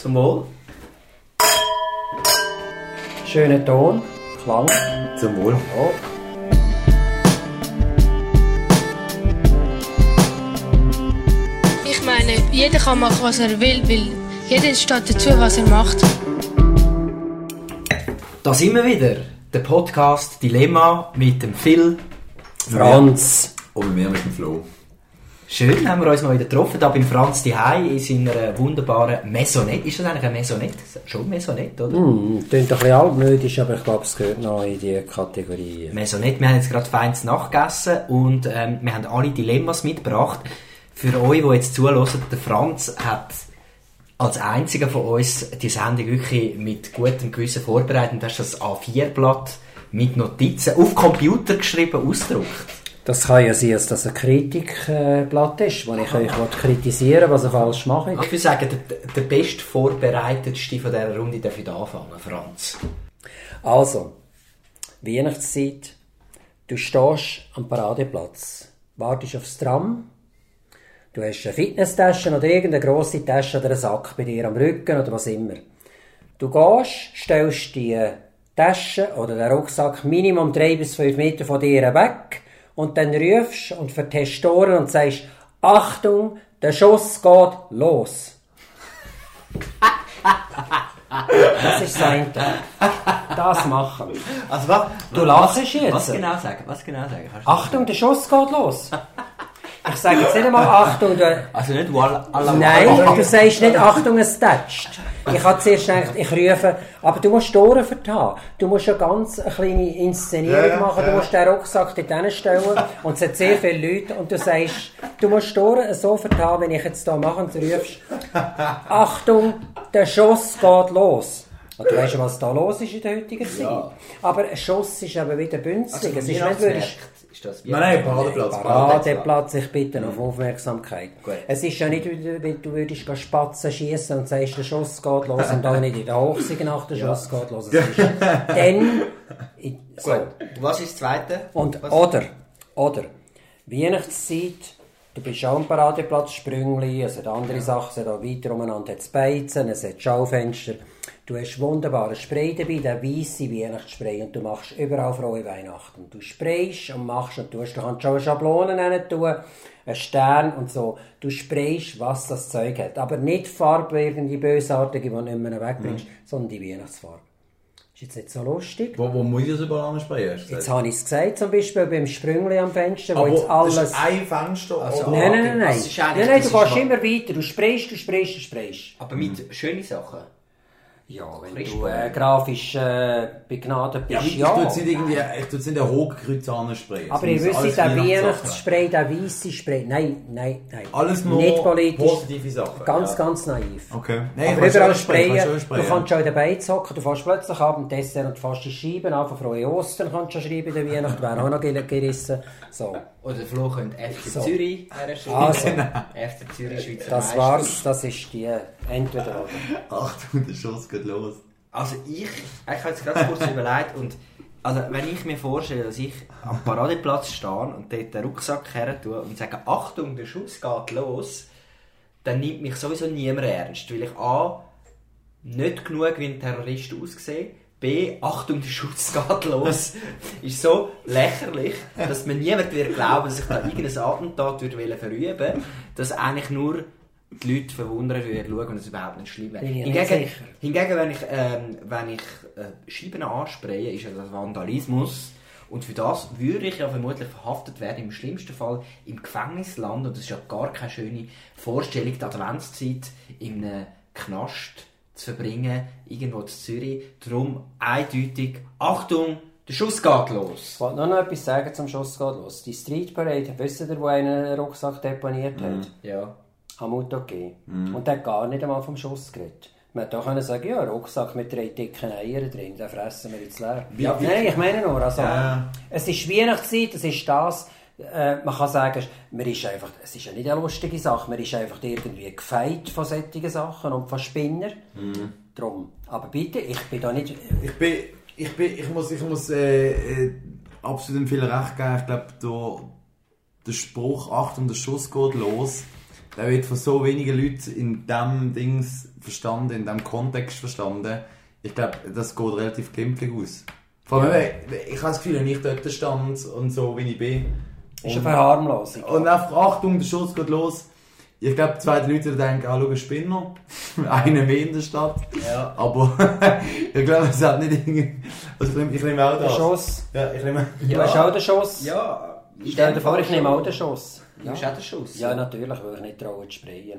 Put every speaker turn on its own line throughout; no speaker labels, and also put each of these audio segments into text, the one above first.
Zum Wohl.
Schöner Ton, Klang.
Zum Wohl.
Oh.
Ich meine, jeder kann machen, was er will, weil jeder steht dazu, was er macht.
Da sind wir wieder. Der Podcast Dilemma mit dem Phil,
Franz.
Und mir mit dem Flo.
Schön, haben wir uns mal wieder getroffen, hier beim Franz Dihei in seiner wunderbaren Maisonette. Ist das eigentlich eine Maisonette? Schon Maisonette, oder?
Klingt ein bisschen altmodisch, aber ich glaube, es gehört noch in die Kategorie.
Maisonette, wir haben jetzt gerade feines nachgegessen und wir haben alle Dilemmas mitgebracht. Für euch, die jetzt zuhören, der Franz hat als einziger von uns die Sendung wirklich mit gutem Gewissen vorbereitet. Du hast das A4-Blatt mit Notizen auf Computer geschrieben, ausgedruckt.
Das kann ja sein, dass das ein Kritikblatt ist, wo ich euch kritisieren will, was ich falsch mache.
Ich würde sagen, der best vorbereitetste von dieser Runde darf ich anfangen, Franz.
Also, Weihnachtszeit, du stehst am Paradeplatz, wartest aufs Tram, du hast eine Fitnesstasche oder irgendeine grosse Tasche oder einen Sack bei dir am Rücken oder was immer. Du gehst, stellst die Tasche oder den Rucksack Minimum 3 bis 5 Meter von dir weg und dann rufst und vertestoren und sagst, Achtung, der Schuss geht los. Das ist sein Das machen.
Also, was?
Du lachst jetzt.
Was genau sagen?
Achtung, der Schuss geht los. Ich sage jetzt nicht einmal Achtung.
Also nicht
Nein, du sagst nicht Achtung, es tätscht. Ich habe zuerst gedacht, ich rufe, aber du musst Ohren vertagen. Du musst eine ganz kleine Inszenierung machen. Du musst den Rucksack dort hinstellen und es hat sehr viele Leute und du sagst, du musst die Ohren so vertagen, wenn ich jetzt hier mache und du rufst, Achtung, der Schuss geht los. Und du weißt ja, was da los ist in der heutigen Zeit. Ja. Aber ein Schuss ist eben wieder bünzlig.
Also,
es ist nicht wirklich...
Nein, Paradeplatz.
Paradeplatz, ich bitte auf Aufmerksamkeit.
Gut.
Es ist ja nicht, wie du würdest Spatzen schießen und sagst, der Schuss geht los und auch nicht in der Hochsicht nach der Schuss geht los. Es ist dann... So.
Gut. Was ist das Zweite?
Und, oder, Weihnachtszeit, du bist auch am Paradeplatz, Sprüngli, es hat andere Sachen, es hat auch weiter umeinander, es hat Beizen, es hat Schaufenster. Du hast wunderbaren Spray dabei, den weissen Weihnachtsspray, und du machst überall frohe Weihnachten. Du sprayst und machst und tust. Du kannst schon eine Schablone rein tun, einen Stern und so. Du sprayst, was das Zeug hat. Aber nicht Farbe, irgendwie bösartige, die du nicht mehr wegbringst, sondern die Weihnachtsfarbe. Ist jetzt nicht so lustig.
Wo muss ich das überall ansprayen?
Jetzt habe ich es gesagt, zum Beispiel beim Sprüngli am Fenster, wo
aber
jetzt alles...
Das ist ein Fenster?
Also,
Nein.
Nein,
Du gehst immer weiter, du sprayst.
Aber mit schönen Sachen?
Ja, wenn du grafisch begnadet bist,
Ich tue jetzt nicht den Rotkreuz ansprayen.
Aber ihr wisst, der Weihnachtsspray, der weisse Spray, nein.
Alles nur
nicht politisch,
positive Sachen.
Ganz naiv.
Okay. Nein,
Aber überall sprayen,
sprayen.
du kannst schon in den Beinen zocken, du fährst plötzlich Abendessen und fährst die Scheiben an, von Frohe Ostern kannst du schon schreiben in der Weihnacht, wäre auch noch gerissen. So.
Oder Flo könnte FC Zürich herstellen.
Also,
FC Zürich, Schweizer
das
Meister.
war's, das ist die entweder oder.
Achtung, der Schuss geht los.
Also ich habe jetzt gerade kurz überlegt und also wenn ich mir vorstelle, dass ich am Paradeplatz stehe und dort den Rucksack her tue und sage, Achtung, der Schuss geht los, dann nimmt mich sowieso niemand ernst, weil ich A, nicht genug wie ein Terrorist aussehe, B, Achtung, der Schuss geht los, ist so lächerlich, dass mir niemand wird glauben, dass ich da irgendein Attentat verüben würde, dass eigentlich nur die Leute verwundert schauen und es überhaupt nicht schlimm wäre. Hingegen, wenn ich Scheiben anspraye, ist das Vandalismus. Und für das würde ich ja vermutlich verhaftet werden, im schlimmsten Fall im Gefängnisland. Und das ist ja gar keine schöne Vorstellung, die Adventszeit in einem Knast zu verbringen, irgendwo in Zürich. Darum eindeutig, Achtung, der Schuss geht los.
Ich wollte noch etwas sagen zum Schuss geht los. Die Street Parade, wisst ihr, wo einer einen Rucksack deponiert hat?
Ja.
Am UTG. Und der hat gar nicht einmal vom Schuss geredet. Man hätte auch können sagen, ja, ein Rucksack mit 3 dicken Eiern drin, den fressen wir jetzt leer. Nein, ich meine nur, also, es ist Weihnachtszeit, es ist das, man kann sagen, es ist ja nicht eine lustige Sache, man ist einfach irgendwie gefeit von solchen Sachen und von Spinnern. Drum. Aber bitte, ich bin da nicht...
Ich muss absolut viel recht geben. Ich glaube, der Spruch, Achtung, der Schuss geht los, der wird von so wenigen Leuten in diesem Dings verstanden, in diesem Kontext verstanden. Ich glaube, das geht relativ glimpflich aus. Vor allem, ich habe das Gefühl, wenn ich dort stand und so wie ich bin.
Ist eine Verharmlosung.
Und einfach Achtung, der Schuss geht los. Ich glaube, 2 Leute denken, schau, ein Spinner. Einer mehr in der Stadt.
Ja.
Aber ich glaube, es hat nicht irgendwie... Also ich nehme auch
Der
das.
Schuss.
Ja, ich nehme...
Du hast auch den Schuss.
Ja.
Stell dir vor, ich nehme auch den Schuss.
Du hast auch den Schuss.
Ja, natürlich, weil ich nicht traue zu sprayen.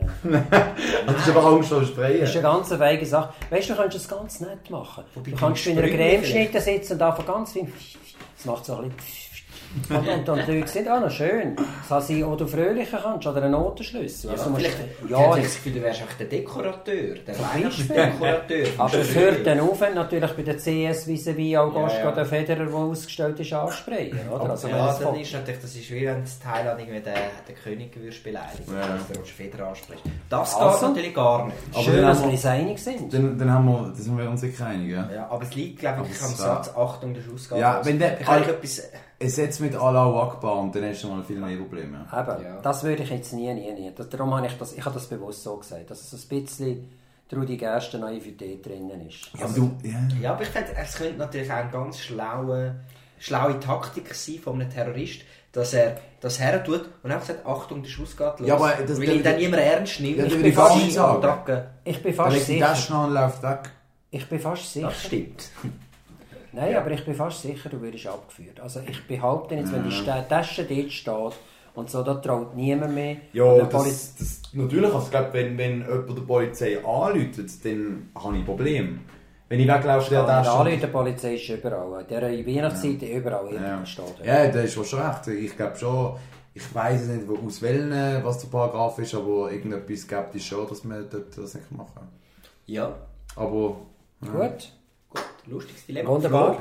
Du hast aber Angst vor dem Sprayen.
Das ist eine ganz feige Sache. Weißt du, du kannst es ganz nett machen. Du kannst in einer
Sprüche
Cremeschnitte sitzen und einfach ganz viel... Das macht so ein bisschen... Und die Leute sind auch noch schön. Das kann sein, wo du fröhlicher kannst oder einen Notenschlüssel.
Ja,
Also musst
vielleicht,
ja,
ich habe das Gefühl, du wärst einfach der Dekorateur, der Weihnachtsdekorateur.
aber es hört dann auf, wenn natürlich bei der CS vis-à-vis August
Ja, ja.
der Federer, der ausgestellt ist, ansprayen. Oder? Also, wenn
Ja,
es
dann
kommt.
ist natürlich, das ist wie wenn das Teil an irgendwie den König beleidigt,
Ja.
dass der Roger Federer anspricht. Das
Also?
geht natürlich gar nicht.
Aber
Schön,
dann
dass
haben
wir
wir-
uns einig sind.
Dann haben wir... Das sind wir uns sicher einig, ja?
Ja, aber es liegt, glaube ich,
Aber
am
es
Satz, Achtung, der Schuss geht
Ja,
los.
wenn der-
Dann kann ich etwas...
Es setzt mit Allahu Akbar und dann hast du mal viel mehr Probleme.
Eben,
Ja.
das würde ich jetzt nie. Darum habe ich habe das bewusst so gesagt, dass es ein bisschen Trudi Gersten Naivität drinnen ist.
Ja, aber du... Ja.
Ja, aber ich finde, es könnte natürlich auch eine ganz schlaue Taktik sein von einem Terrorist, dass er das her tut und einfach sagt, Achtung, der Schuss geht los.
Ja, aber das-
weil ihn dann niemand ernst nimmt.
Ja,
Ich
das
bin
will ich gar
fast
nicht sagen.
Attacke.
Ich bin
Er
fast
legt die
sicher.
Tasche an und läuft weg.
Ich bin fast sicher.
Das stimmt.
Nein, aber ich bin fast sicher, du wirst abgeführt. Also ich behaupte jetzt, wenn die Tasche dort steht und so, da traut niemand mehr.
Ja,
Und der
das natürlich. Also ich glaube, wenn jemand der Polizei anruft, dann habe ich ein Problem. Wenn ich weglaufe, der
Polizei
Tasche...
anrufen, die Polizei ist überall. In dieser Weihnachtszeit überall
Ja,
irgendwo steht.
ja, da ist schon recht. Ich glaube schon... Ich weiss es nicht, aus welchen, was der Paragraph ist, aber irgendetwas skeptisch schon, dass man das nicht machen kann.
Ja,
Aber...
Gut,
gut. Lustiges Dilemma.
wunderbar.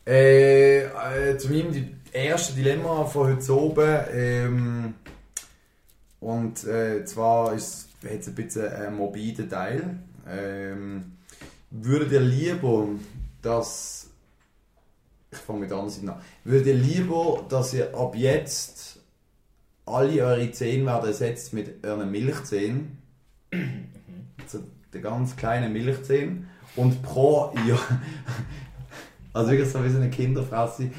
Zu meinem ersten Dilemma von heute oben. Zwar hat es ein bisschen einen morbiden Teil. Würdet ihr lieber, dass... Ich fange mit der anderen Seite an. Würdet ihr lieber, dass ihr ab jetzt alle eure Zähne werden ersetzt mit euren Milchzähnen? Also die ganz kleinen Milchzähne. Und pro Jahr... Also wirklich so wie so eine Kinderfresse.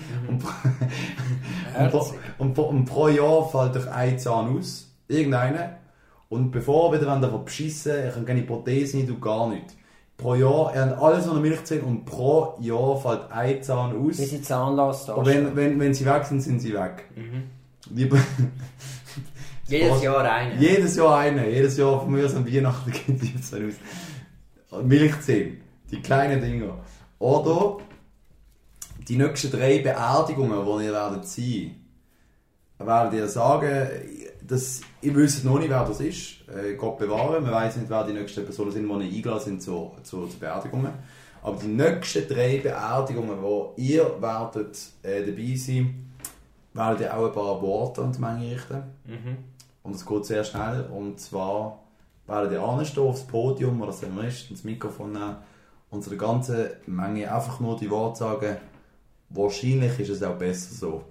Und pro Jahr fällt euch ein Zahn aus. Irgendeiner. Und bevor ihr wieder beschissen wollt, ihr könnt keine Prothese nicht und gar nichts. Pro Jahr, ihr habt alles unter Milchzähne und pro Jahr fällt ein Zahn aus.
Wie sie zahnlos da
Aber wenn sie weg sind, sind sie weg. Lieber...
Jedes Jahr einer.
Jedes Jahr einer. Jedes Jahr von mir aus an Weihnachten geht die so aus. Milchzähne. Die kleinen Dinger. Oder die nächsten 3 Beerdigungen, die ihr werdet sein, werdet ihr sagen, dass ihr wisst noch nicht, wer das ist. Gott bewahren. Man weiss nicht, wer die nächsten Personen sind, die eingeladen sind zu Beerdigungen. Aber die nächsten 3 Beerdigungen, wo ihr werdet dabei sein, werdet ihr auch ein paar Worte an die Menge richten. Und es geht sehr schnell. Und zwar werdet ihr anstehen aufs Podium, oder was immer ist, das Mikrofon nehmen und zu der ganzen Menge einfach nur die Worte sagen, wahrscheinlich ist es auch besser so.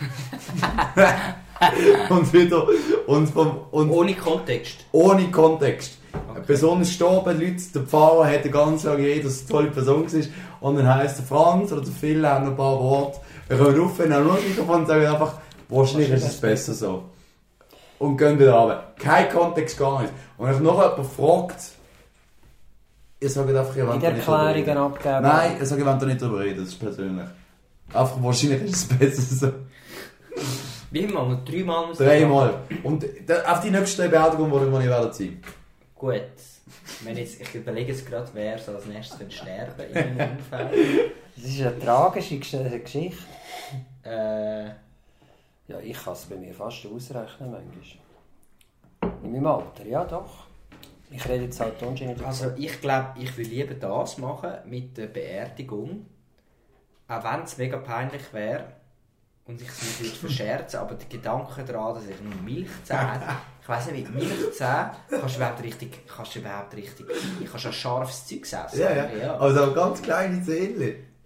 Und wieder... Und
Ohne Kontext.
ohne Kontext. Eine Person ist gestorben, Leute, der Pfarrer hat ganz lange geredet, dass es eine tolle Person war. Und dann heisst der Franz oder der Phil haben noch ein paar Worte. Wir kommen rauf, wenn nur das Mikrofon und sagen einfach, wahrscheinlich ist es besser so. Und gehen wieder runter. Kein Kontext, gar nicht. Und wenn noch jemand fragt, ihr sagt einfach, ihr wollt
Die
da nicht drüber
Erklärungen
reden.
abgeben.
Nein, ihr sagt, ihr wollt da nicht drüber reden, das ist persönlich. Einfach, wahrscheinlich ist es besser so.
Wie immer, 3 Mal muss
3 Mal. Und auf die nächste Beerdigung, wo ihr werdet sein.
Gut. Ich überlege jetzt gerade, wer so als nächstes wird sterben in meinem Umfeld.
Das ist eine tragische Geschichte.
Äh,
Ja, ich kann es bei mir fast ausrechnen manchmal. In meinem Alter, ja doch. Ich rede jetzt halt nicht
also ich glaube, ich würde lieber das machen mit der Beerdigung. Auch wenn es mega peinlich wäre und ich es mir verscherzen, aber der Gedanke daran, dass ich nur Milchzähne, ich weiss nicht, mit Milchzähnen kannst du überhaupt richtig, kannst du ein scharfes Zeug essen.
Ja. Also ganz kleine Zähnchen.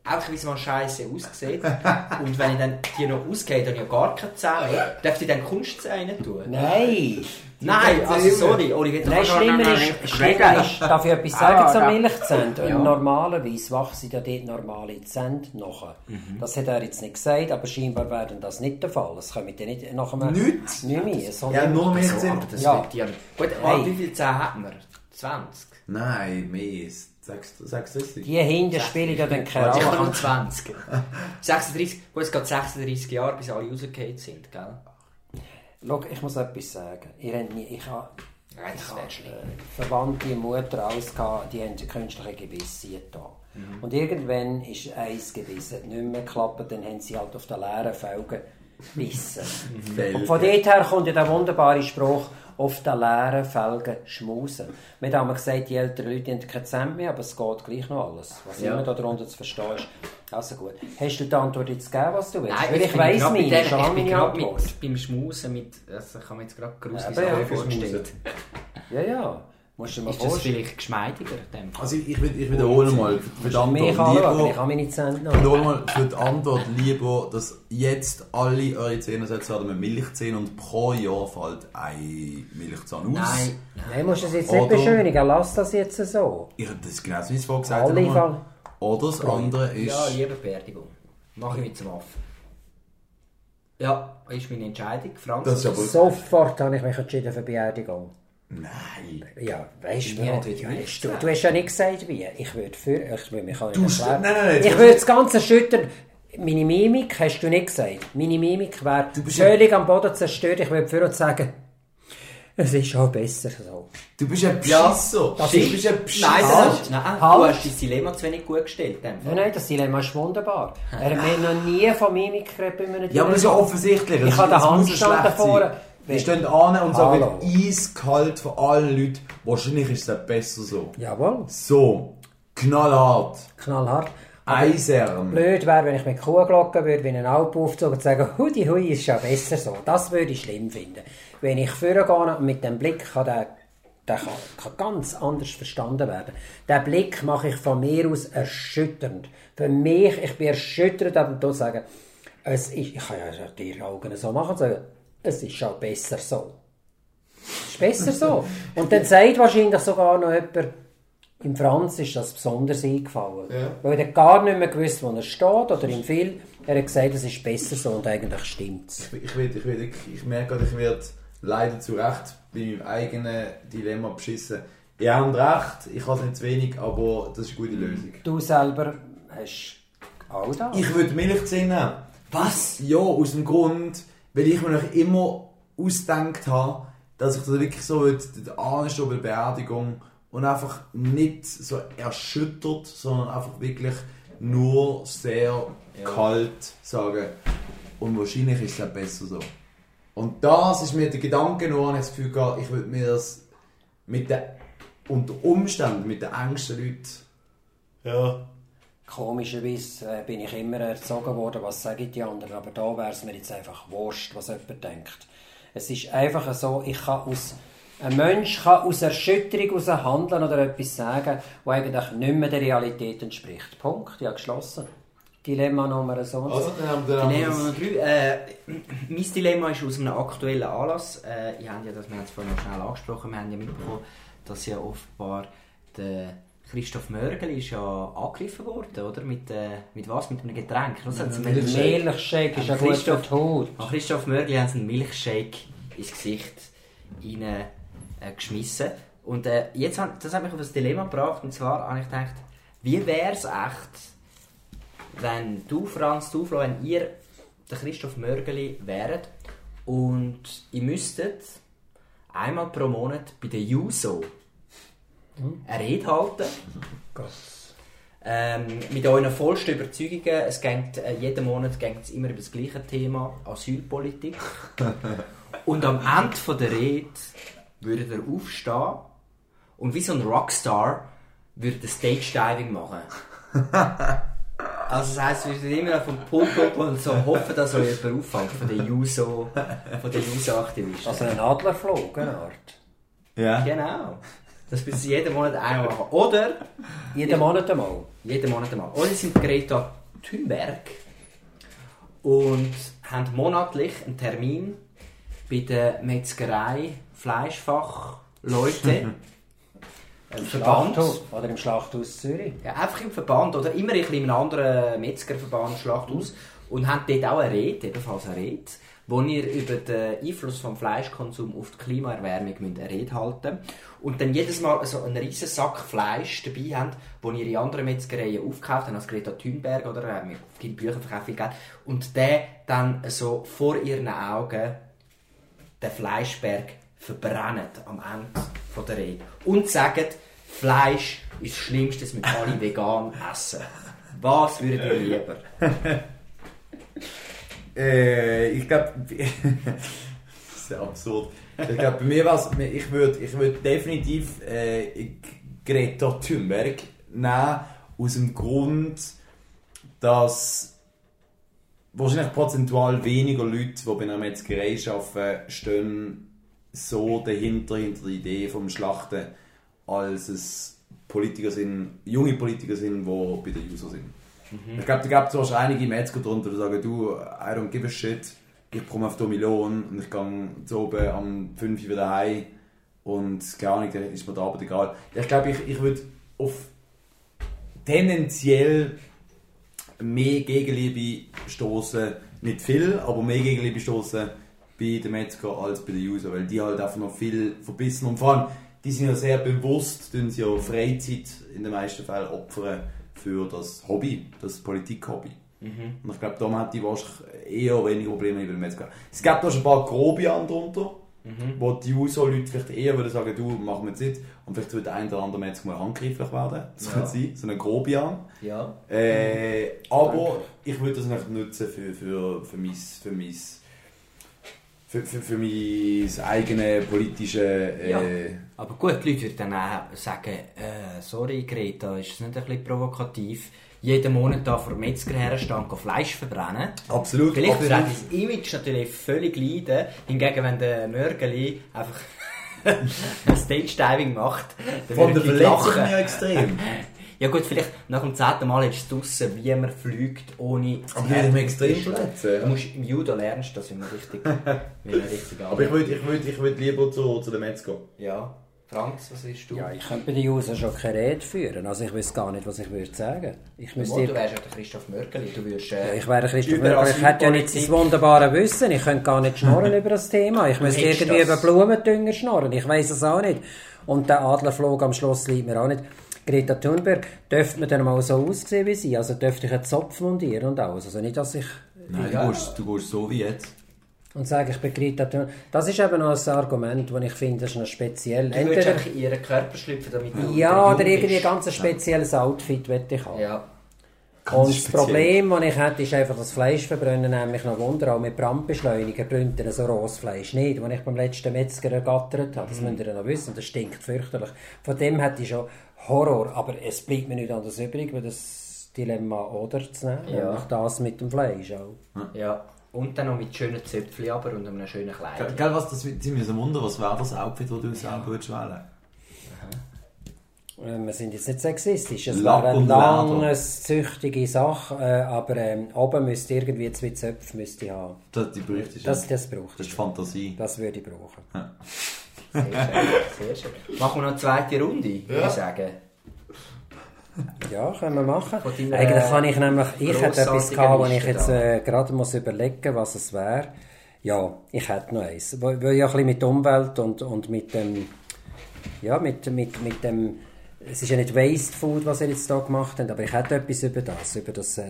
einfach wie es mal scheiße aussieht. Und wenn ich dann die noch ausgehe, dann habe ich ja gar keine Zähne. Darf ich dann Kunstzähne tun?
Nein!
Nein, also sorry, Olivier.
Nein, schlimmer ist, darf ich etwas sagen zur Milchzähne? Ja. Normalerweise wachsen ja dort normale Zähne nachher. Das hat er jetzt nicht gesagt, aber scheinbar wäre das nicht der Fall. Das kommt ja nicht nach einem...
Nichts?
Nicht mehr.
Ja, nur Milchzähne.
Ja. Gut, wie viele Zähne hat man? 20?
Nein, mehr. 36.
Die hinten spielen ja dann keine
Ich
Rolle.
habe 20. 36, gut, es geht 36 Jahre, bis alle rausgefallen sind, gell?
Schau, ich muss etwas sagen. Ich habe
Das wäre schlimm.
verwandte Mutter, alles gehabt, die haben künstliche Gebisse da. Und irgendwann ist eins Gebiss nicht mehr geklappt, dann haben sie halt auf den leeren Felgen gebissen. Und von dort her kommt ja der wunderbare Spruch, auf den leeren Felgen schmusen. Wir haben gesagt, die älteren Leute haben keine Zähne mehr, aber es geht gleich noch alles. Was immer darunter zu verstehen ist. Also gut. Hast du die Antwort jetzt gegeben, was du willst?
Nein,
weil ich weiss meine, schon lange meine Antwort.
Beim Schmusen also ich kann mir jetzt gerade gruselig
Ja,
vorstellen.
Ja. Musst du dir mal
Ist das
vorstellen.
vielleicht geschmeidiger?
Also ich wiederhole mal für die
Mich
Antwort
anschauen, ich habe meine Zähne noch.
wiederhole mal für die Antwort lieber, dass jetzt alle eure Zähne ersetzt werden mit Milchzähnen und pro Jahr fällt ein Milchzahn aus.
Nein, musst du das jetzt nicht
Oder-
beschönigen. Lass das jetzt so.
Das ist genau so, wie ich es vorhin gesagt
Alle
habe.
Fall.
Oder das andere ist...
Ja, lieber Beerdigung. Mach ich mit zum Affen. Ja, ist meine Entscheidung. Franz?
Das ist aber...
Sofort habe ich mich entschieden für Beerdigung.
Nein.
Ja, weißt du,
Mir nicht, wie
du hast ja nicht gesagt, wie. Ich würde mich auch nicht erklären.
Nein,
Ich würde das Ganze schüttern. Meine Mimik hast du nicht gesagt. Meine Mimik wäre völlig am Boden zerstört. Ich würde für sagen, es ist auch besser so.
Du bist ein Pschisser.
das
Du
ist-
bist ein Pschisser.
Nein,
Halt.
du hast dein Dilemma zu wenig gut gestellt.
Nein, das Dilemma ist wunderbar. Er hat noch nie von Mimik geredet bei einem
Ja, aber das ist ja offensichtlich.
Ich habe den Handstand davor.
Die stehen an und sagen
Hallo.
eiskalt von allen Leuten, wahrscheinlich ist es besser so.
Jawohl,
So, knallhart,
knallhart.
eisern.
Blöd wäre, wenn ich mit Kuhglocken würde, wie einen Alp aufzog und sagen, hui, ist ja besser so. Das würde ich schlimm finden. Wenn ich vorgehe und mit dem Blick kann der kann ganz anders verstanden werden. Den Blick mache ich von mir aus erschütternd. Für mich, ich bin erschüttert, aber zu sagen, es ist, ich kann ja die Augen so machen und sagen, es ist schon besser so. Es ist besser so. Und dann sagt wahrscheinlich sogar noch jemand, im Franz ist das besonders eingefallen.
Ja.
Weil er gar nicht mehr gewusst, wo er steht, oder im Film. Er hat gesagt, es ist besser so und eigentlich stimmt es.
Ich merke gerade, ich werde leider zu Recht bei meinem eigenen Dilemma beschissen. Ihr habt recht, ich habe es nicht zu wenig, aber das ist eine gute Lösung.
Du selber hast all das.
Ich würde Milchzähne nehmen.
Was?
Ja, aus dem Grund, weil ich mir noch immer ausgedacht habe, dass ich das wirklich so anstehen bei der Beerdigung und einfach nicht so erschüttert, sondern einfach wirklich nur sehr kalt sagen. Und wahrscheinlich ist es auch besser so. Und das ist mir der Gedanke, nur ich das Gefühl gehabt, ich würde mir das mit den unter Umständen, mit den engsten Leuten,
Komischerweise bin ich immer erzogen worden, was sagen die anderen, aber da wäre es mir jetzt einfach wurscht, was jemand denkt. Es ist einfach so, ein Mensch kann aus Erschütterung heraus handeln oder etwas sagen, das eigentlich nicht mehr der Realität entspricht. Punkt, ja, geschlossen. Dilemma Nummer so und so.
Dilemma Nummer 3. Mein Dilemma ist aus einem aktuellen Anlass. Wir haben es vorhin noch schnell angesprochen, wir haben ja mitbekommen, dass ja offenbar der Christoph Mörgel ist ja angegriffen worden, oder? Mit was? Mit einem Getränk? Was haben sie mit
Milchshake ist ja gut für die Haut.
An Christoph Mörgel haben sie einen Milchshake ins Gesicht geschmissen. Und das hat mich auf das Dilemma gebracht. Und zwar habe ich gedacht, wie wäre es echt, wenn du, Franz, du, Flo, wenn ihr der Christoph Mörgeli wäret und ihr müsstet einmal pro Monat bei der Juso eine Rede halten. Mit euren vollsten Überzeugungen. Es geht, jeden Monat geht es immer über das gleiche Thema, Asylpolitik. Und am Ende der Rede würdet ihr aufstehen und wie so ein Rockstar würdet ihr Stage-Diving machen. Also das heisst, wir sind immer noch vom Pult und so hoffen, dass euch jemand auffällt von den Juso-Aktivisten.
Also ein Adlerflug, eine Art.
Ja.
Genau. Das müssen sie jeden Monat einmal machen. Oder...
Jeden Monat einmal.
Jeden Monat einmal. Oder sie sind Greta Thunberg und haben monatlich einen Termin bei der Metzgerei Fleischfachleute. Verband.
Oder im Schlachthaus Zürich.
Ja, einfach im Verband oder immer in einem anderen Metzgerverband, Schlachthaus. Und haben dort auch eine Rede, ebenfalls eine Rede, wo ihr über den Einfluss vom Fleischkonsum auf die Klimaerwärmung eine Rede halten müsst. Und dann jedes Mal so einen riesen Sack Fleisch dabei habt, den ihr in anderen Metzgereien aufgekauft habt, als Greta Thunberg, oder? Mit vielen Büchern verkauft viel Geld. Und der dann so vor ihren Augen den Fleischberg verbrennt am Ende der Rede. Und sagt, Fleisch ist das Schlimmste, das wir alle vegan essen. Was würdet ihr lieber?
Ich glaube, das ist ja absurd. Ich glaube, bei mir war es, ich würde definitiv Greta Thunberg nehmen, aus dem Grund, dass wahrscheinlich prozentual weniger Leute, die bei einer Metzgerei arbeiten, stehen so hinter der Idee vom Schlachten, als es junge Politiker sind, die bei den User sind. Ich glaube, da gibt es wahrscheinlich einige Metzger drunter, die sagen, du, I don't give a shit, ich bekomme auf 2 Millionen und ich gehe zu oben am 5 Uhr wieder heim und gar nicht, dann ist mir die Arbeit egal. Ich glaube, ich würde auf tendenziell mehr Gegenliebe stoßen, nicht viel, aber mehr Gegenliebe stoßen bei den Metzger als bei den User, weil die halt einfach noch viel verbissen und vor allem, die sind ja sehr bewusst, tun sie ja Freizeit in den meisten Fällen opfern für das Hobby, das Politik-Hobby. Und ich glaube, da hat die wahrscheinlich eher weniger Probleme mit dem Metzger. Es gibt noch ein paar Grobian drunter, wo die User-Leute vielleicht eher würden sagen, du, machen wir jetzt nicht. Und vielleicht wird der ein oder andere Metzger mal handgreiflich werden. Das könnte sein, so ein Grobian.
Ja.
Aber ich würde das nicht nutzen für mein eigenes politische...
Ja. Aber gut, die Leute würden dann auch sagen, sorry Greta, ist das nicht ein bisschen provokativ, jeden Monat da vor Metzger herstehen und Fleisch verbrennen?
Absolut.
Vielleicht würde auch dein Image natürlich völlig leiden, hingegen wenn der Mörgeli einfach ein Stage-Diving macht, dann
von der
würde ich
Verletzung
lachen.
ja extrem.
Ja gut, vielleicht nach dem 10. Mal hättest du draussen, wie man fliegt, ohne...
Aber die würde mich extrem verletzen.
Du musst im Judo lernst das, wie man richtig
Aber ich würd lieber zu den Metzger.
Ja. Franz, was willst du?
Ja, ich könnte bei den User schon keine Rede führen. Also ich weiß gar nicht, was ich würde sagen.
Du wärst ja der Christoph Mörgeli. Du würdest,
ja, ich wäre Christoph Mörgeli. Ich hätte ja nicht das wunderbare Wissen. Ich könnte gar nicht schnurren über das Thema. Ich müsste irgendwie über Blumendünger schnurren. Ich weiss es auch nicht. Und der Adlerflug am Schluss liegt mir auch nicht. Greta Thunberg, dürfte man dann mal so aussehen wie sie? Also dürfte ich einen Zopf montieren und alles? Also nicht, dass ich...
Nein, du gehst so wie jetzt.
Und sage, ich bin Greta Thunberg. Das ist eben noch ein Argument, das ich finde, das ist noch speziell.
Du würdest einfach in ihren Körper schlüpfen, damit du
ja, oder irgendwie ein ganz spezielles Outfit möchte ich haben.
Ja.
Und das Problem, das ich hätte, ist einfach das Fleischverbrennen, nämlich noch Wunder, auch mit Brandbeschleuniger brennt so rohes Fleisch nicht, das ich beim letzten Metzger ergattert habe. Das müsst ihr noch wissen, das stinkt fürchterlich. Von dem hätte ich schon Horror, aber es bleibt mir nicht anders übrig, weil das Dilemma oder zu nehmen, nämlich das mit dem Fleisch auch.
Ja. Und dann noch mit schönen Zöpfchen aber und einem schönen Kleid.
Gell, was das sind wir so Wunder, was wäre das Outfit, das du selber würdest wählen?
Wir sind jetzt nicht sexistisch, es
Lack
wäre eine
und
langes, züchtige Sache, aber oben müsste irgendwie 2 Zöpfe müsste ich haben.
Die bräuchte ich.
Das braucht
das ist Fantasie.
Das würde ich brauchen.
Ja.
Sehr schön, sehr schön. Machen wir noch eine zweite Runde, würde ich sagen.
Ja, können wir machen. Eigentlich kann ich nämlich, ich hätte etwas gehabt, wo ich jetzt gerade muss überlegen, was es wäre. Ja, ich hätte noch eins. Weil ja ein bisschen mit der Umwelt und mit dem, ja, mit dem, es ist ja nicht Waste Food, was ihr jetzt hier gemacht habt, aber ich hätte etwas über das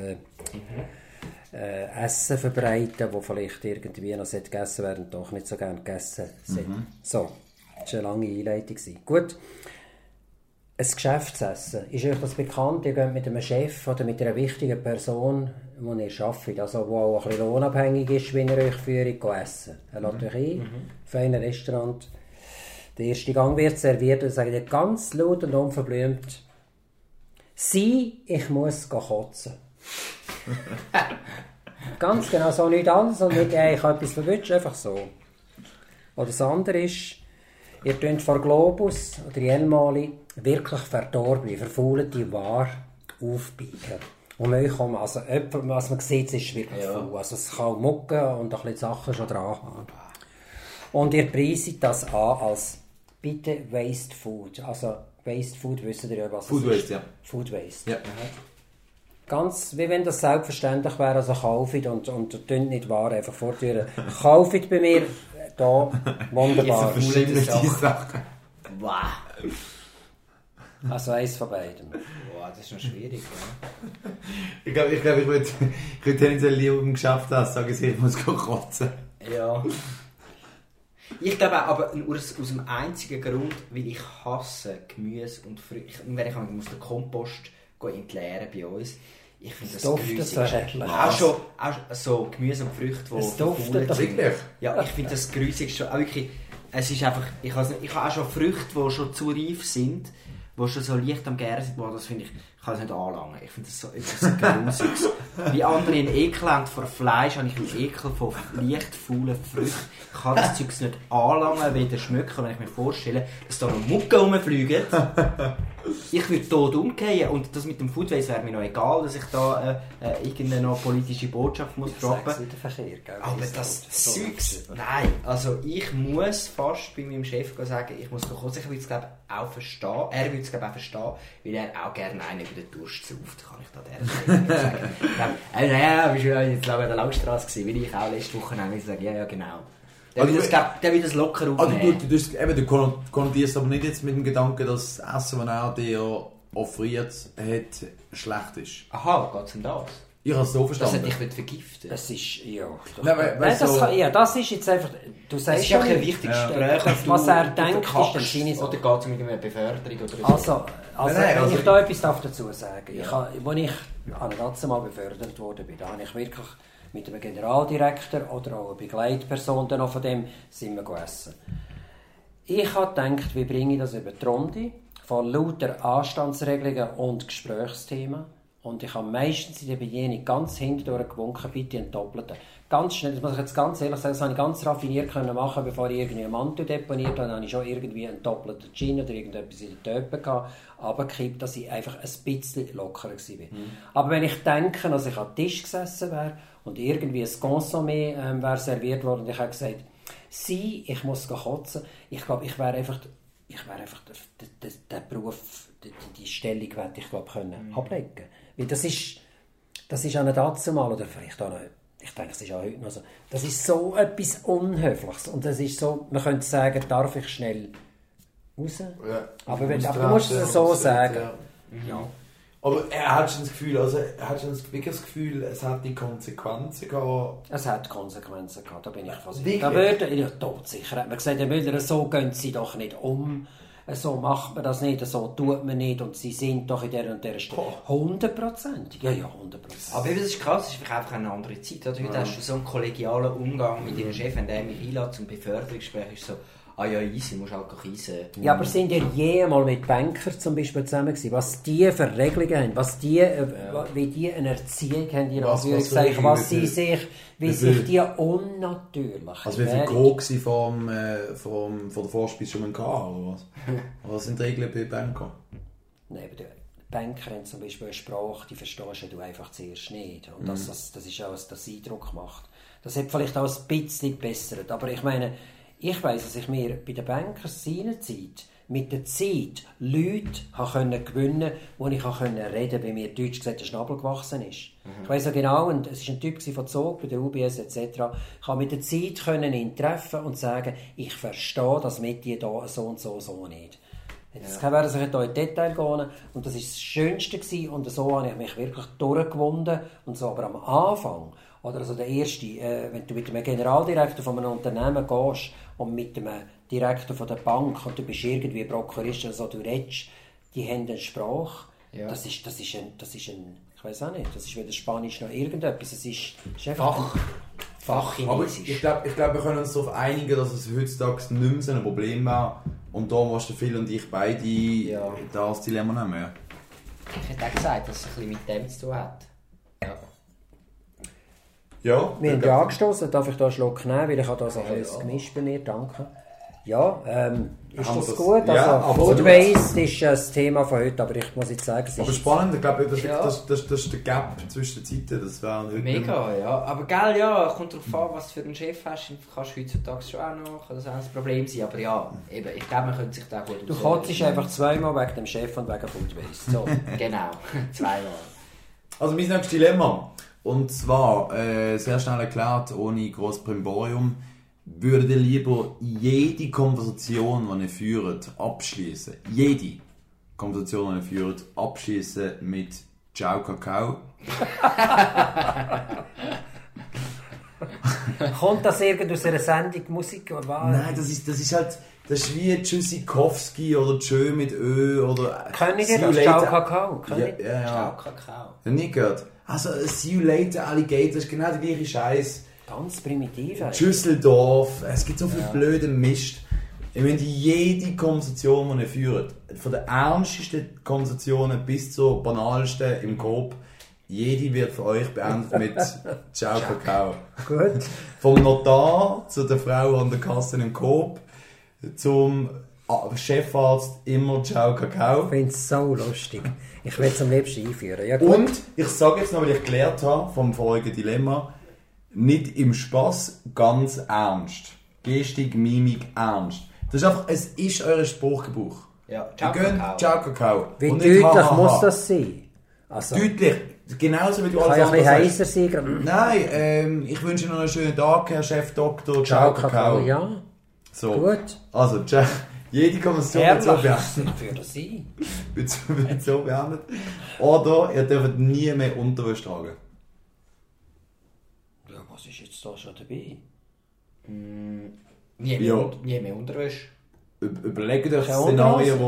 Essen verbreiten, wo vielleicht irgendwie noch gegessen werden und doch nicht so gerne gegessen sind. So, das war eine lange Einleitung. Gut. Ein Geschäftsessen. Ist euch das bekannt? Ihr geht mit einem Chef oder mit einer wichtigen Person, die ihr arbeitet, also die auch ein bisschen lohnabhängig ist, wie ihr euch führt, essen. Er lädt euch ein, für ein Restaurant. Der erste Gang wird serviert und sagt ihr ganz laut und unverblümt: «Sie, ich muss kotzen.» Ganz genau, so nichts anderes und nicht, ich habe etwas verwünscht, einfach so. Oder das andere ist: ihr tönt vor Globus oder Jelmali wirklich verdorbene, verfaulte Ware aufbiegen. Und euch kommen, also jemand, was man sieht, ist wirklich faul. Also es kann mucken und ein bisschen Sachen schon dran haben. Und ihr preiset das an als bitte Waste Food. Also Waste Food, wisst ihr ja, was
Food
das
Waste,
ist?
ja.
Food Waste.
Ja.
Ganz, wie wenn das selbstverständlich wäre, also kauft und tönt nicht wahr, einfach vortüren. Kauft bei mir, da, wunderbar.
Verschiedene Sachen.
Wow.
Also eins von beiden.
Wow, das ist noch schwierig. Ja?
Ich glaube, ich würde tendenziell lieber im Geschäft das sagen, ich muss kotzen.
Ja. Ich glaube auch, aber aus dem einzigen Grund, weil ich hasse Gemüse und Früchte. Und wenn ich den Kompost entleeren bei uns, ich finde das grusig. Auch so Gemüse und Früchte, die
verfault sind.
Wirklich?
Ja, ich finde das grusig schon. Auch wirklich, es ist einfach, ich habe auch schon Früchte, die schon zu reif sind, die schon so leicht am Gären sind, das finde ich kann es nicht anlangen. Ich finde das so etwas Grusiges. Wie andere einen Ekel haben vor Fleisch, habe ich einen Ekel von leicht faulen Früchten. Ich kann das Zeug nicht anlangen, weder schmecken, wenn ich mir vorstelle, dass da noch Mucke rumfliegen. Ich würde tot umgehen und das mit dem Food Waste wäre mir noch egal, dass ich da irgendeine noch politische Botschaft muss droppen. Aber das Zeugs, nein, also ich muss fast bei meinem Chef sagen, ich muss doch ich würde es glaube auch verstehen, er würde es glaube auch verstehen, weil er auch gerne einen über den Durst sauft, kann ich da der Stelle sagen. Ja, bist du jetzt lange an der Langstrasse gewesen, wie ich auch letzte Woche nämlich sagen, ja genau. Der will das locker aufnehmen.
Also du konnotierst aber nicht jetzt mit dem Gedanken, dass das Essen, das er dir offeriert hat, schlecht ist.
Aha, geht es um das?
Ich habe es so verstanden.
Dass er dich vergiften will?
Das ist, ja...
Das
ist jetzt einfach... Du sagst
es ist ja kein wichtiges Gespräch,
was er denkt, ist dann seine Sache.
Oder geht es um eine Beförderung oder so?
Wenn ich da etwas dazu sagen darf. Als ich an der Nazi mal befördert wurde, da habe ich wirklich mit einem Generaldirektor oder auch einer Begleitperson dann von dem sind wir essen. Ich habe gedacht, wie bringe ich das über die Runde von lauter Anstandsregelungen und Gesprächsthemen. Und ich habe meistens in der Bedienung ganz hintendurch gewunken, bitte einen Doppelten. Ganz schnell, das muss ich jetzt ganz ehrlich sagen, das habe ich ganz raffiniert machen, bevor ich irgendwie einen Mantel deponiert habe. Dann habe ich schon irgendwie einen doppelten Gin oder irgendetwas in den Töpfen gehabt, runtergekippt, dass ich einfach ein bisschen lockerer war. Aber wenn ich denke, dass ich an den Tisch gesessen wäre und irgendwie ein Consommé wäre serviert worden und ich habe gesagt, ich muss kotzen, ich glaube, ich wäre einfach den Beruf, die Stellung hätte ich glaube können ablegen. Weil das ist auch nicht dazumal oder vielleicht auch noch, ich denke, es ist auch heute noch so. Das ist so etwas Unhöfliches und das ist so, man könnte sagen, darf ich schnell raus? Ja. Aber du musst es so sagen.
Ja. Aber hast du das Gefühl, das Gefühl, es hat die Konsequenzen gehabt?
Es hat Konsequenzen gehabt, da bin ich fast sicher. Da würde ich todsicher. Man gesagt, Herr Müller, so gehen Sie doch nicht um. So macht man das nicht, so tut man nicht und sie sind doch in der und der Stelle. 100%. Ja, 100%.
Aber das ist krass, das ist einfach eine andere Zeit. Oder? Heute hast du so einen kollegialen Umgang mit deinem Chef, wenn der mich einlädt zum Beförderungsgespräch, ist so, ja, easy, musst halt reisen.
Ja, aber sind ihr jemals mit Bankern zum Beispiel zusammen gewesen? Was die für Regelungen haben, wie die eine Erziehung haben, wie sich die unnatürlich
Also wie viel grob war von der Vorspeise schon mal oder was? Was sind die Regeln bei Bankern?
Nein, aber die Banker haben zum Beispiel eine Sprache, die verstehst du einfach zuerst nicht. Und das ist auch, was das Eindruck macht. Das hat vielleicht auch ein bisschen gebessert, aber ich meine, ich weiss, dass ich mir bei den Bankern seinerzeit mit der Zeit Leute gewinnen konnte, wo ich reden konnte, bei mir Deutsch gesagt der Schnabel gewachsen ist. Ich weiss ja genau, und es war ein Typ von Zug, bei der UBS etc. Ich konnte mit der Zeit ihn treffen und sagen, ich verstehe das mit dir da so und so nicht. Jetzt kann ich hier in Detail gehen und das war das Schönste gewesen, und so habe ich mich wirklich durchgewunden und so. Aber am Anfang, oder also der erste, wenn du mit einem Generaldirektor von einem Unternehmen gehst und mit dem Direktor von der Bank und du bist irgendwie Prokurist oder so, du redest, die haben eine Sprache. Ja. Das ist ein, ich weiß auch nicht, das ist weder Spanisch noch irgendetwas, es ist einfach Fachchinesisch.
Ich glaube, wir können uns darauf einigen, dass es heutzutage nicht mehr so ein Problem war und da musst du Phil und ich beide das Dilemma nehmen. Ja.
Ich hätte auch gesagt, dass es ein bisschen mit dem zu tun hat.
Ja, wir haben ja angestoßen, darf ich da einen Schluck nehmen, weil ich habe da so ein Gemisch bei mir, danke. Ja, ist
Haben wir
das
das-
gut?
Ja,
Also,
absolut.
Food Waste ist das Thema von heute, aber ich muss jetzt sagen, es
Aber
ist...
spannend, ich glaube, das,
Ja.
das ist der Gap zwischen den Zeiten. Das wäre heute
Mega, ja. Aber gell, ja, kommt darauf an, was du für einen Chef hast. Kannst du heutzutage schon auch noch, kann das auch ein Problem sein. Aber ja, eben, ich glaube, man könnte sich da gut
Du kotzt einfach zweimal wegen dem Chef und wegen Food Waste. So.
Genau, zweimal.
Also mein nächstes Dilemma. Und zwar, sehr schnell erklärt, ohne grosses Primborium, würdet ihr lieber jede Konversation, die ihr führt, abschließen? Jede Konversation, die ihr führt, abschließen mit Ciao Kakao?
Kommt das irgend aus einer Sendung Musik oder was?
Nein, das ist halt, das ist wie Tschüssikowski oder Tschö mit Ö oder...
Können
See
die
you
das? Ciao
later.
Kakao?
Ja,
Können die?
ja,
Ciao,
ja.
Kakao.
Hast du nicht gehört? Also, See you later, Alligator, ist genau der gleiche Scheiß.
Ganz primitiv. eigentlich.
Düsseldorf, es gibt so viel blöden Mist. Ich meine, jede Konversation, die ihr führt, von den ernstesten Konversationen bis zur banalsten im Coop, jede wird für euch beendet mit Ciao Kakao.
Gut.
Vom Notar zu der Frau an der Kasse im Coop, zum Chefarzt immer Ciao Kakao.
Ich finde es so lustig. Ich will es am liebsten einführen. Ja, gut.
Und ich sage jetzt noch, weil ich gelernt habe vom vorigen Dilemma, nicht im Spaß, ganz ernst. Gestik, Mimik, ernst. Das ist einfach, es ist euer Spruchgebuch.
Ja,
Ihr
Ciao,
könnt
Kakao.
Ciao Kakao.
Wie
Und nicht
deutlich
ha, ha,
muss
ha.
das sein? Also,
Deutlich. Genauso wie du
kann
alles
ja ein bisschen
andere
heißer sein. gerade.
Nein, ich wünsche Ihnen noch einen schönen Tag, Herr Chefdoktor.
Ciao, Kakao. Ja,
So.
gut.
Also, ciao. Jede Konversation wird so beendet.
Für das sein.
Wird so beendet. Oder ihr dürft nie mehr Unterwäsche tragen.
Ja, was ist jetzt da schon dabei?
Nie mehr Unterwäsche.
Überlegt euch
Keine
Szenarien,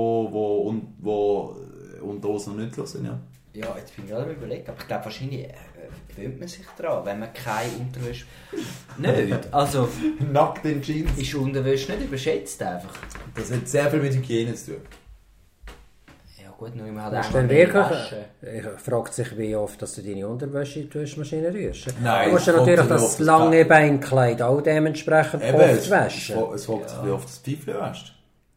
wo Unterhosen noch nützlich sind, ja.
Ja, jetzt bin ich gerade am überlegen, aber ich glaube wahrscheinlich gewöhnt man sich daran, wenn man keine Unterwäsche... Nicht, also
Nackt in Jeans.
ist Unterwäsche nicht überschätzt einfach.
Das hat sehr viel mit Hygiene zu tun.
Ja gut, nur man halt
Hast
einfach
du denn
mehr
wirklich...
waschen.
Ich frage sich, wie oft dass du deine Unterwäsche in die Waschmaschine rührst.
Nein,
Du musst ja
es
natürlich
kommt ja
das
auf das
lange Beinkleid auch dementsprechend oft waschen.
Es fragt sich, wie oft das Pfeifle wäscht.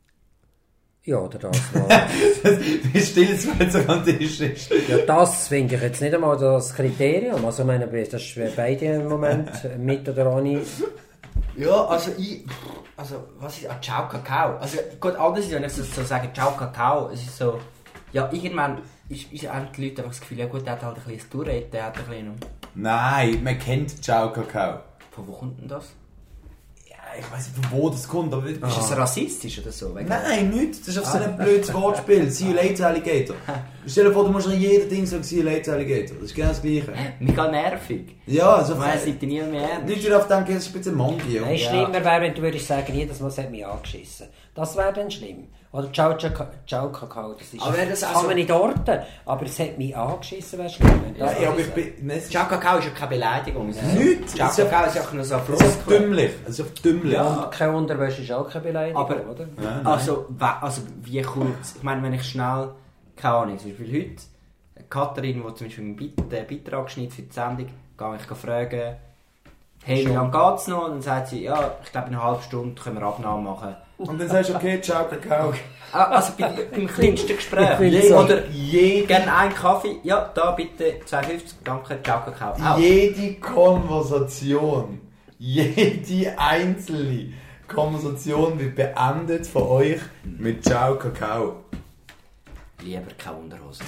Ja, oder das war...
Wie still es, wenn es am Tisch ist.
Ja, das finde ich jetzt nicht einmal das Kriterium. Also, ich meine, das ist beide im Moment, mit oder ohne.
Ja, also was ist... Ciao Kakao. Also gut, anders ist, wenn ich so sage, Ciao Kakao, es ist so... Ja, irgendwann haben die Leute einfach das Gefühl, ja gut, der hat halt ein bisschen das Tourette, der hat ein bisschen...
Nein, man kennt Ciao Kakao.
Von wo kommt denn das?
Ja, ich weiss nicht, von wo das kommt, aber...
Ist das rassistisch oder so?
Nein, nicht. Das ist einfach so ein blödes Wortspiel. See you later, Alligator. Stell dir vor, du musst an jedem Ding sagen, see you later, Alligator. Das ist genau das Gleiche.
Mega nervig.
Ja, also...
Man sieht nie mehr ernst.
Leute würden denken, das ist ein bisschen Monkey. Ja.
Nein, schlimmer wäre, wenn du würdest sagen, jedes Mal hat mich angeschissen. Das wäre dann schlimm. Oder Ciao Kakao, das ist...
Aber wäre das
kann
also-
man nicht orten, aber es hat mich angeschissen, wäre schlimm. Wenn das
Ja, aber
ist.
ich bin... Nein, es ist
Ciao Kakao ist ja keine Beleidigung.
Nicht.
Ciao
Es ist
Kakao ist ja nur so ein
es ist einfach
Floskel.
dümmlich. Es ist einfach dümmlich.
Und keine Unterwäsche ist auch keine Beleidigung,
Aber,
oder?
Ja,
also wie kurz, ich meine, wenn ich schnell, keine Ahnung, zum Beispiel heute, Katharin, die zum Beispiel einen Beitrag schneidet für die Sendung, gehe ich fragen, hey, wie lange geht es noch? Und dann sagt sie, ja, ich glaube in einer halben Stunde können wir Abnahme machen.
Und dann sagst du, okay, ciao, Kakao.
Also beim kleinsten Gespräch.
Ich finde so.
Oder gerne einen Kaffee, ja, da bitte 2,50, danke, ciao, Kakao. Auch.
Jede Konversation, jede einzelne Konversation wird beendet von euch mit ciao, Kakao.
Lieber keine Unterhose.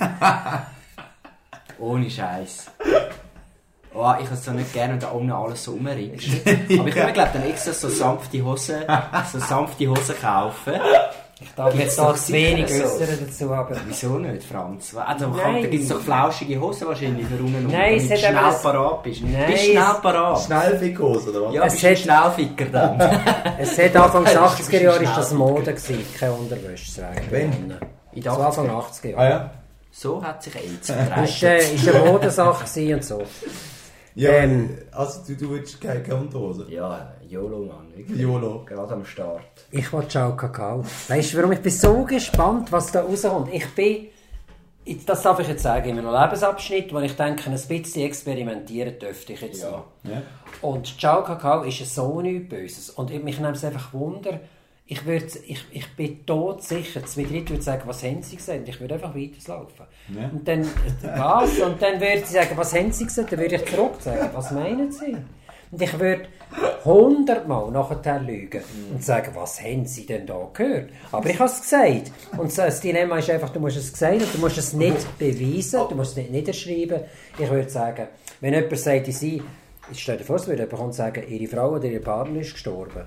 Ohne Scheiß. Oh, ich habe es so nicht gerne, wenn da unten alles so rumringst. Aber ich würde glaube dann extra so sanfte Hosen kaufen.
Ich darf
Gibt's
jetzt da
doch
zu wenig
sicher so.
äußern dazu, aber...
Wieso nicht, Franz? Also,
Nein.
da gibt es doch flauschige Hosen wahrscheinlich für unten,
Nein,
damit
es
du
hat
schnell
aber das-
parat bist.
Nein,
Bist schnell parat.
Schnellfickhose, oder was?
Ja,
Es
bist ein
hat-
Schnellficker dann.
Es hat Anfang
Du bist
80er Jahre
ein
ist das
Schnellficker.
Mode gewesen, keine Unterwäsche zu tragen.
Wenn?
In
So
den
Anfang
80er.
80er
Ah
Jahre.
ja?
So hat sich AIDS
Ist,
verbreitet.
ist eine Modesache gewesen und so.
Ja,
Ähm.
also du willst keine Unterhose?
Ja, YOLO, Mann. Wirklich.
YOLO.
Gerade am Start.
Ich will Ciao Kakao. Weißt du, warum? Ich bin so gespannt, was da rauskommt. Ich bin Das darf ich jetzt sagen, in einem Lebensabschnitt, wo ich denke, ein bisschen experimentieren dürfte ich jetzt noch.
Ja.
Und Ciao Kakao ist so nichts Böses. Und mich nimmt es einfach Wunder, ich bin tot sicher, 2 Drittel würde sagen, was haben sie gesagt? Ich würde einfach weiterlaufen.
Ja.
Und dann, was? Und dann würde sie sagen, was haben sie gesagt? Dann würde ich zurück sagen, was meinen sie? Und ich würde 100-mal nachher lügen und sagen, was haben sie denn da gehört? Aber ich habe es gesagt. Und das Dilemma ist einfach, du musst es gesagt und du musst es nicht beweisen, du musst es nicht niederschreiben. Ich würde sagen, wenn jemand sagt, stell dir vor, es würde jemand sagen, ihre Frau oder ihr Partner ist gestorben.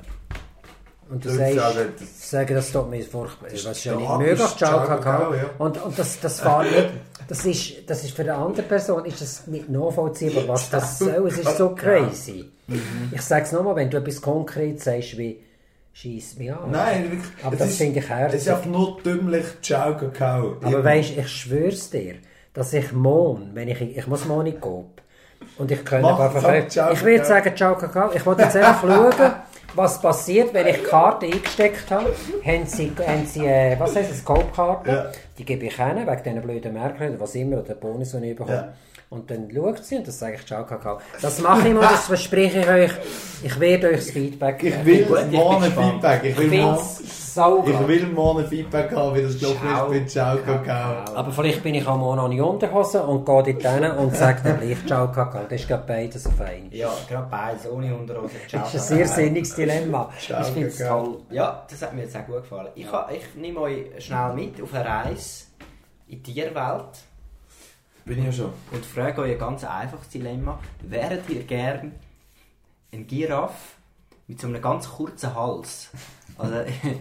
Und du sagst, das tut mir furchtbar. Das ist ja nicht möglich, Ciao Kakao. Ja. Und das war nicht, das ist für eine andere Person ist das nicht nachvollziehbar, was das soll. Es ist so crazy. Ich sage es nochmal, wenn du etwas konkret sagst, wie «Scheiss mich an».
Nein, wirklich.
Aber das finde ich herzig.
Es ist einfach nur dümmlich Ciao Kakao.
Aber weisst, ich schwör's dir, dass ich morgen, wenn ich muss morgen in Coop und ich könnte ich würde sagen «Ciao Kakao». Ich wollte jetzt einfach schauen, was passiert, wenn ich die Karte eingesteckt habe. Haben sie was heisst das, Coop-Karte? Ja. Die gebe ich hin, wegen diesen blöden Märkten oder was immer, oder den Bonus, den ich bekomme. Ja. Und dann schaut sie und dann sage ich «Ciao Kakao». Das mache ich mal, das verspreche ich euch. Ich werde euch das Feedback geben.
Ich will morgen Feedback. Ich will morgen Feedback haben, wie das gelaufen ist mit «Ciao Kakao».
Aber vielleicht bin ich auch morgen noch in Unterhose und gehe dort hin und sage dann gleich «Ciao Kakao». Das ist gerade beides auf einmal.
Ja, gerade beides, ohne Unterhose.
Ciao Kakao. Das ist ein sehr sinniges Dilemma.
Ciao,
ich finde es toll.
Ja, das hat mir jetzt auch gut gefallen. Ich nehme euch schnell mit auf eine Reise in die Tierwelt.
Bin ich ja schon.
Und frage euch ein ganz einfaches Dilemma. Wäret ihr gern ein Giraffe mit so einem ganz kurzen Hals? Also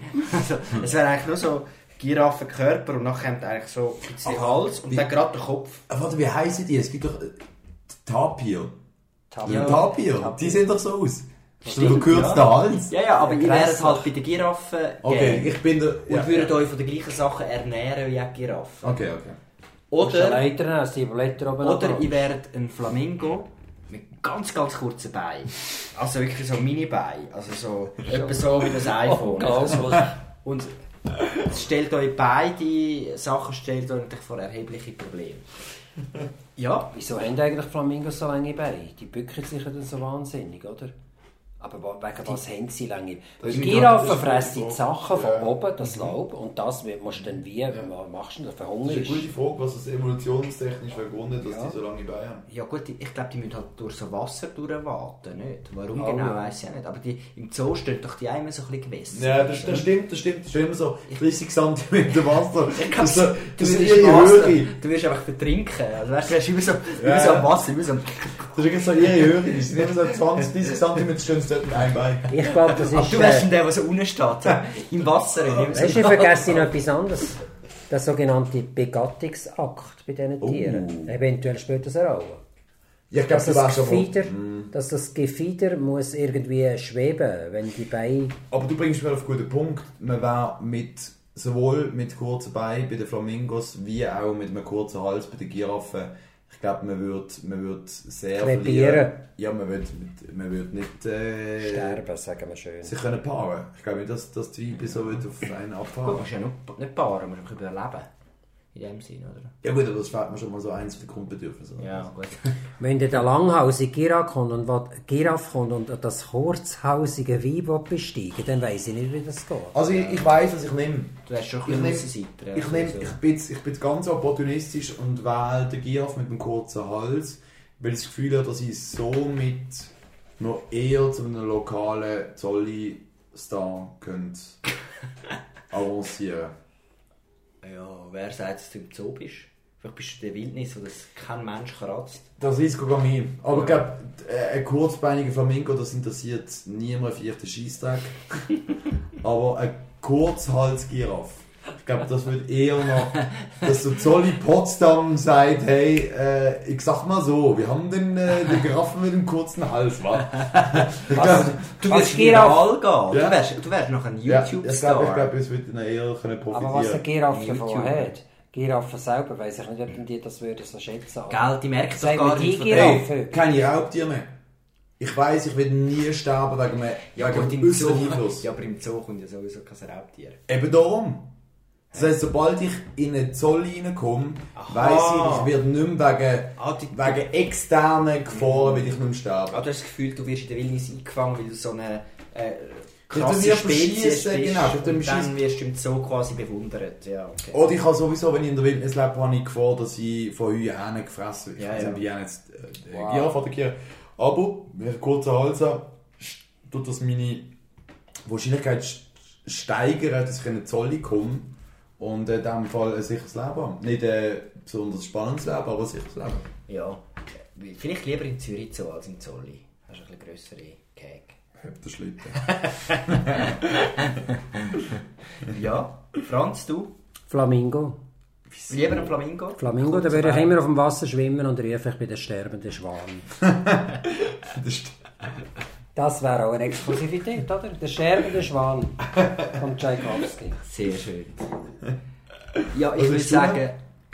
es wäre eigentlich nur so Giraffenkörper und dann kommt eigentlich so ein bisschen Hals und dann gerade der Kopf.
Warte, wie heissen die? Es gibt doch Tapir.
Tapir.
Die sehen doch so aus. Das ist ein verkürzter Hals.
Ja, aber ihr wäret halt bei den Giraffen
okay, ich bin der...
Und würdet euch von den gleichen Sachen ernähren wie die Giraffen.
Okay.
Oder ihr wäret ein Flamingo mit ganz, ganz kurzen Beinen. Also wirklich so Mini-Beine. Also so, etwa so wie das iPhone. Und es stellt euch beide Sachen stellt euch natürlich vor erhebliche Probleme. Ja.
Wieso haben eigentlich Flamingos so lange Beine? Die bücken sich dann so wahnsinnig, oder? Aber wegen was haben sie lange? Die Giraffen fressen die Sachen von oben, das Laub, und das musst du dann wie machst du das? Verhungerst?
Das ist eine gute Frage, was das evolutionstechnisch vergründet, dass die so lange Beine haben.
Ja gut, ich glaube, die müssen halt durch so Wasser durchwaten, nicht? Warum genau, weiss ich auch nicht. Aber im Zoo stehen doch die immer so ein bisschen gewässert.
Ja, das stimmt. Das ist immer so 30 cm Wasser.
Das ist ihre Höhe. Du wirst einfach vertrinken. Also weißt du, du wirst immer so am Wasser.
Das ist wirklich so ihre Höhe. Die sind immer so 20, 30 cm stehen dort mit einem Bein.
Ich glaube, das ist...
Aber du wärst der so unten steht. Im Wasser.
Weißt du, ich vergesse noch etwas anderes. Der sogenannte Begattungsakt bei diesen Tieren. Eventuell spielt das eine Rolle.
Ja, ich glaube,
dass das Gefieder muss irgendwie schweben, wenn die Beine...
Aber du bringst mir auf einen guten Punkt. Man wäre sowohl mit kurzen Beinen bei den Flamingos wie auch mit einem kurzen Hals bei den Giraffen. Ich glaube, man wird sehr
verlieren.
Ja, man wird nicht
sterben, sagen wir schön.
Sich können paaren. Ich glaube nicht, dass die Weibe so auf einen abfahren.
Du musst ja nicht paaren, du musst einfach überleben. In dem Sinn, oder?
Ja gut, aber das fällt mir schon mal so eins der Grundbedürfnisse.
Ja, gut.
Wenn der langhausige Giraffe kommt und das kurzhausige Weib besteigen, dann weiss ich nicht, wie das geht.
Also ich weiss, was ich nehme.
Du hast schon ein bisschen
Ich bin ganz opportunistisch und wähle den Giraffe mit dem kurzen Hals, weil ich das Gefühl habe, dass ich somit noch eher zu einem lokalen Zolli-Star könnte avancieren.
Ja, wer sagt, dass du im Zoo bist? Vielleicht bist du in der Wildnis, wo das kein Mensch kratzt.
Das Risiko geht mir. Aber ich glaube, ein kurzbeiniger Flamingo, das interessiert niemand auf den Scheissdreck. Aber ein Kurzhals-Giraffe, ich glaube, das wird eher noch, dass so Zolli Potsdam sagt, hey, ich sag mal so, wir haben den Giraffen mit dem kurzen Hals, wa?
Du wirst viral gehen. Ja. Du wärst noch ein YouTube-Star.
Ich glaube, es wird eher profitieren.
Aber was der Giraffe davon hat, Giraffen selber, weiss ich nicht, ob die das würden so schätzen.
Gell, die merken doch gar nicht.
Hey, keine Raubtiere mehr. Ich weiss, ich werde nie sterben wegen einem äußeren Einfluss.
Ja, aber im Zoo kommt ja sowieso kein Raubtier.
Eben darum. Das heisst, sobald ich in eine Zoll reinkomme, weiss ich werde nicht mehr wegen externen Gefahren will ich nicht mehr sterben.
Du hast das Gefühl, du wirst in der Wildnis eingefangen, weil du so eine
Du
krasse
wirst
Spezies bist.
genau,
Und dann wirst du im Zoo quasi bewundert. Ja, okay.
Oder ich habe sowieso, wenn ich in der Wildnis lebe, habe ich Gefahr, dass ich von Hyänen gefressen werde.
Ja,
Ich
ja.
bin ja jetzt Giraffe oder Giraffe. Aber, wenn ich kurz Hals habe, tut das meine Wahrscheinlichkeit steigern, dass ich in eine Zoll komme und in diesem Fall ein sicheres Leben habe. Nicht ein besonders spannendes Leben, aber ein sicheres Leben.
Ja. Vielleicht lieber in Zürich Zoo als in Zolli. Hast du ein bisschen grössere Gag.
Der Schlitten.
Ja. Franz, du?
Flamingo.
Lieber ein Flamingo?
Flamingo, da würde ich immer auf dem Wasser schwimmen und rufe, ich bin der sterbende Schwan. Das wäre auch eine Exklusivität, oder? Der sterbende Schwan von Tchaikovsky.
Sehr schön. Ja, ich würde sagen,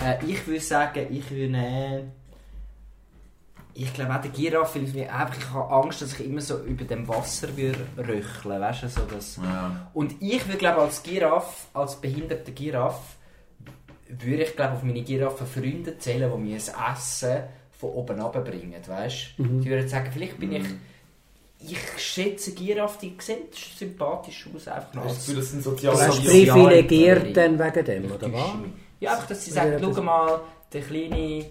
ich glaube auch der Giraffe, weil ich habe Angst, dass ich immer so über dem Wasser röchle, weißt du, so das.
Ja.
Und ich würde glaube als Giraffe, als behinderter Giraffe, würde ich glaube auf meine Giraffenfreunde zählen, die mir das Essen von oben runterbringen, weißt du? Die würden sagen, vielleicht bin ich schätze Giraffe, die sehen sympathisch aus, einfach noch als...
Das sind
Du
soziale
hast
sozial-
privilegiert dann wegen dem, oder was?
Ja, einfach, dass sie sagen, schau mal, der kleine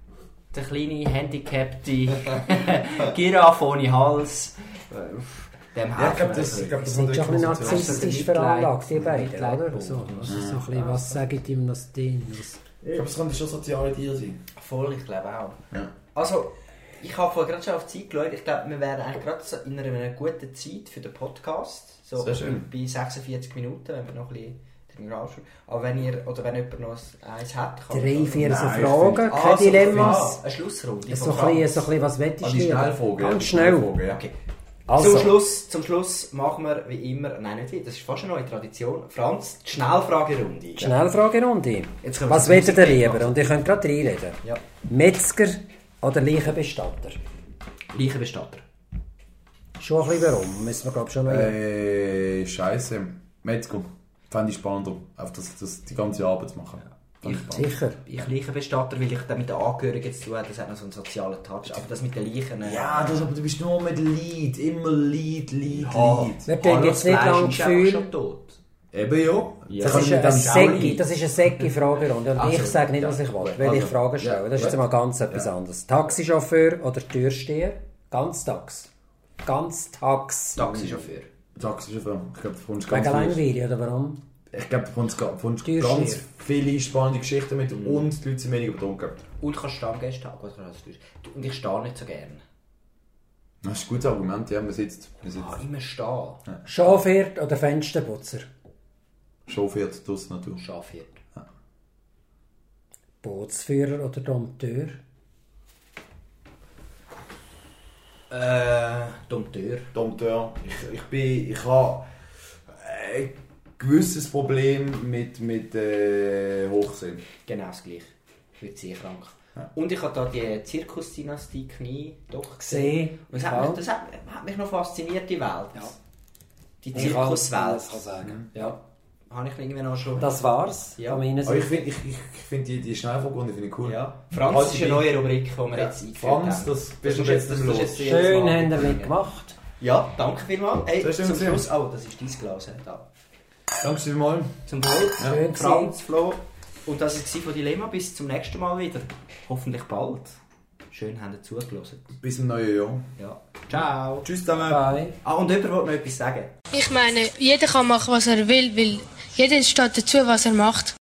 handicapte Giraffe ohne Hals, dem
Ja, ich glaube,
helfen
das
wir.
das
sind schon ein bisschen
sozial.
narzisstisch veranlagt, die beiden, oder? So, das ist so ein bisschen, was sage ich ihm das Ding?
Ich glaube, es könnte schon soziale Tiere sein.
Voll, ich glaube auch.
Ja.
Also, ich habe vorher gerade schon auf die Zeit geschaut. Ich glaube, wir wären eigentlich gerade so in einer guten Zeit für den Podcast. So
Sehr schön.
bei 46 Minuten, wenn wir noch ein bisschen rausschauen. Aber wenn jemand noch eins hat, kann
3, 4 so
Nein,
Fragen,
Ah,
keine
so,
Dilemmas.
eine Schlussrunde.
So
von
ein
Franz.
bisschen, was willst
Ah,
du
die
spielen?
Schnellfrage.
Ganz
die
schnell.
Schnellfrage, ja.
Okay.
Also,
Zum Schluss machen wir wie immer, nein nicht wie, das ist fast eine neue Tradition. Franz, die Schnellfragerunde.
Schnellfragerunde.
Jetzt können wir
Was
zur
wollt ihr
Musik
lieber?
machen.
Und ihr könnt gerade reinreden.
Ja.
Metzger oder Leichenbestatter?
Leichenbestatter.
Schon ein bisschen warum? Müssen wir glaube ich schon noch
Scheiße. Metzger. Fände ich spannender, auf die ganze Arbeit zu machen. Fände ich spannend.
Sicher.
Ich Leichenbestatter, weil ich dann mit den Angehörigen zu tun habe, das hat noch so einen sozialen Touch. Aber das mit den Leichen...
Ja, aber du bist nur mit Lied. Immer Lied.
Wir tun jetzt nicht lang
ist einfach
Gefühl.
schon tot.
Eben ja.
Ja.
Das
Kann
ist
ich mit
eine
dem
Säcki, das ist eine Säcki-Fragerunde. Und
Also,
ich sage nicht, was ich will, weil ich
Also,
Fragen stelle. Das ist jetzt mal ganz etwas anderes. Taxichauffeur oder Türsteher? Ganztags. Ganztags.
Taxichauffeur.
Taxichauffeur. Ich glaube, du kommst
Wegen
ganz
langweilig, oder warum?
Ich glaube, du kommst
Türsteher.
ganz viele spannende Geschichten mit und die Leute sind weniger betrunken.
Und kannst Stammgäste haben. Gut, und ich stehe nicht so gerne.
Das ist ein gutes Argument, ja. Man sitzt
Immer stehen.
Schafhirt oder Fensterputzer?
chauffiert draussen natürlich.
Schafhirt.
Bootsführer oder Dompteur?
Dompteur.
Dompteur. Ich habe ein gewisses Problem mit Hochsee.
Genau das gleiche. Ich bin sehr krank.
Ja.
Und ich habe da die Zirkusdynastie nie doch
Gesehen.
Und das hat mich noch fasziniert, die Welt.
Ja.
Die
Ich kann
Zirkuswelt.
sagen.
Ja. Habe ich irgendwie noch schon...
Das war's
Ja.
von meiner
Aber
Seite.
ich finde die Schnellfragerunde finde ich cool.
Ja. Franz
Also
ist eine neue Rubrik, die wir jetzt eingeführt
Franz,
haben.
das bist du jetzt
das
los.
jetzt jedes
Schön
Mal
habt ihr
bringen.
mitgemacht.
Ja, danke vielmals. Hey,
Sehr schön
zum
gewesen.
Schluss... Oh, das ist dein Glas. Da.
Danke vielmals.
Zum Wohl.
Schön
Franz, Flo. Und das war von Dilemma. Bis zum nächsten Mal wieder. Hoffentlich bald. Schön, habt ihr zugelassen.
Bis im neuen Jahr.
Ja. Ciao.
Tschüss zusammen.
Bye.
Und jemand wollte noch etwas sagen.
Ich meine, jeder kann machen, was er will, weil jeder steht dazu, was er macht.